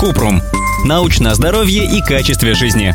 Купрум. Научное здоровье и качестве жизни.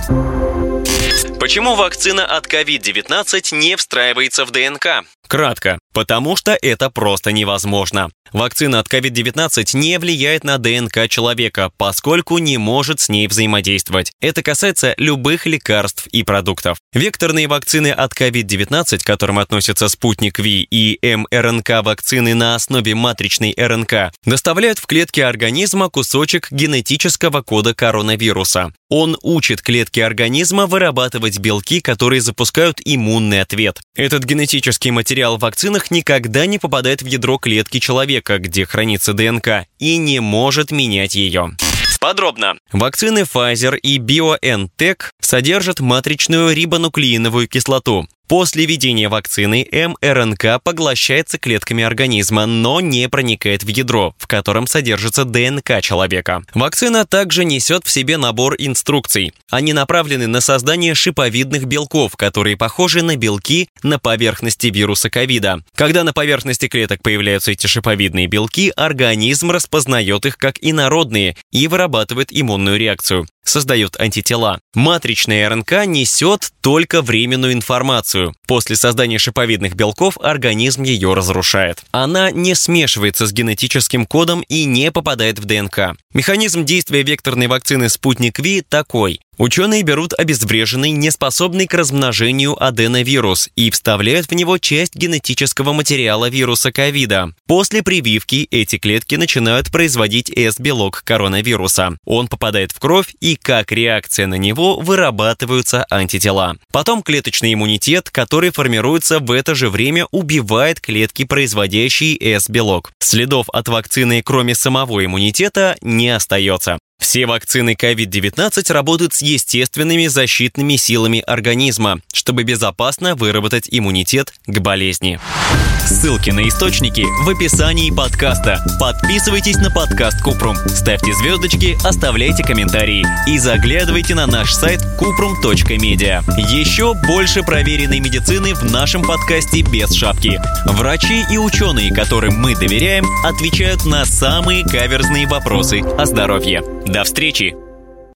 Почему вакцина от COVID-19 не встраивается в ДНК? Кратко. Потому что это просто невозможно. Вакцина от COVID-19 не влияет на ДНК человека, поскольку не может с ней взаимодействовать. Это касается любых лекарств и продуктов. Векторные вакцины от COVID-19, к которым относятся спутник Ви и mRNK-вакцины на основе матричной РНК, доставляют в клетки организма кусочек генетического кода коронавируса. Он учит клетки организма вырабатывать белки, которые запускают иммунный ответ. Этот генетический материал в вакцинах никогда не попадает в ядро клетки человека, где хранится ДНК, и не может менять ее. Подробно. Вакцины Pfizer и BioNTech содержат матричную рибонуклеиновую кислоту. После введения вакцины mRNK поглощается клетками организма, но не проникает в ядро, в котором содержится ДНК человека. Вакцина также несет в себе набор инструкций. Они направлены на создание шиповидных белков, которые похожи на белки на поверхности вируса ковида. Когда на поверхности клеток появляются эти шиповидные белки, организм распознает их как инородные и вырабатывает иммунную реакцию. Создает антитела. Матричная РНК несет только временную информацию. После создания шиповидных белков организм ее разрушает. Она не смешивается с генетическим кодом и не попадает в ДНК. Механизм действия векторной вакцины «Спутник Ви» такой. Ученые берут обезвреженный, неспособный к размножению аденовирус и вставляют в него часть генетического материала вируса ковида. После прививки эти клетки начинают производить S-белок коронавируса. Он попадает в кровь, и как реакция на него вырабатываются антитела. Потом клеточный иммунитет, который формируется в это же время, убивает клетки, производящие S-белок. Следов от вакцины, кроме самого иммунитета, не остается. Все вакцины COVID-19 работают с естественными защитными силами организма, чтобы безопасно выработать иммунитет к болезни. Ссылки на источники в описании подкаста. Подписывайтесь на подкаст Купрум, ставьте звездочки, оставляйте комментарии и заглядывайте на наш сайт kuprum.media. Еще больше проверенной медицины в нашем подкасте без шапки. Врачи и ученые, которым мы доверяем, отвечают на самые каверзные вопросы о здоровье. До встречи!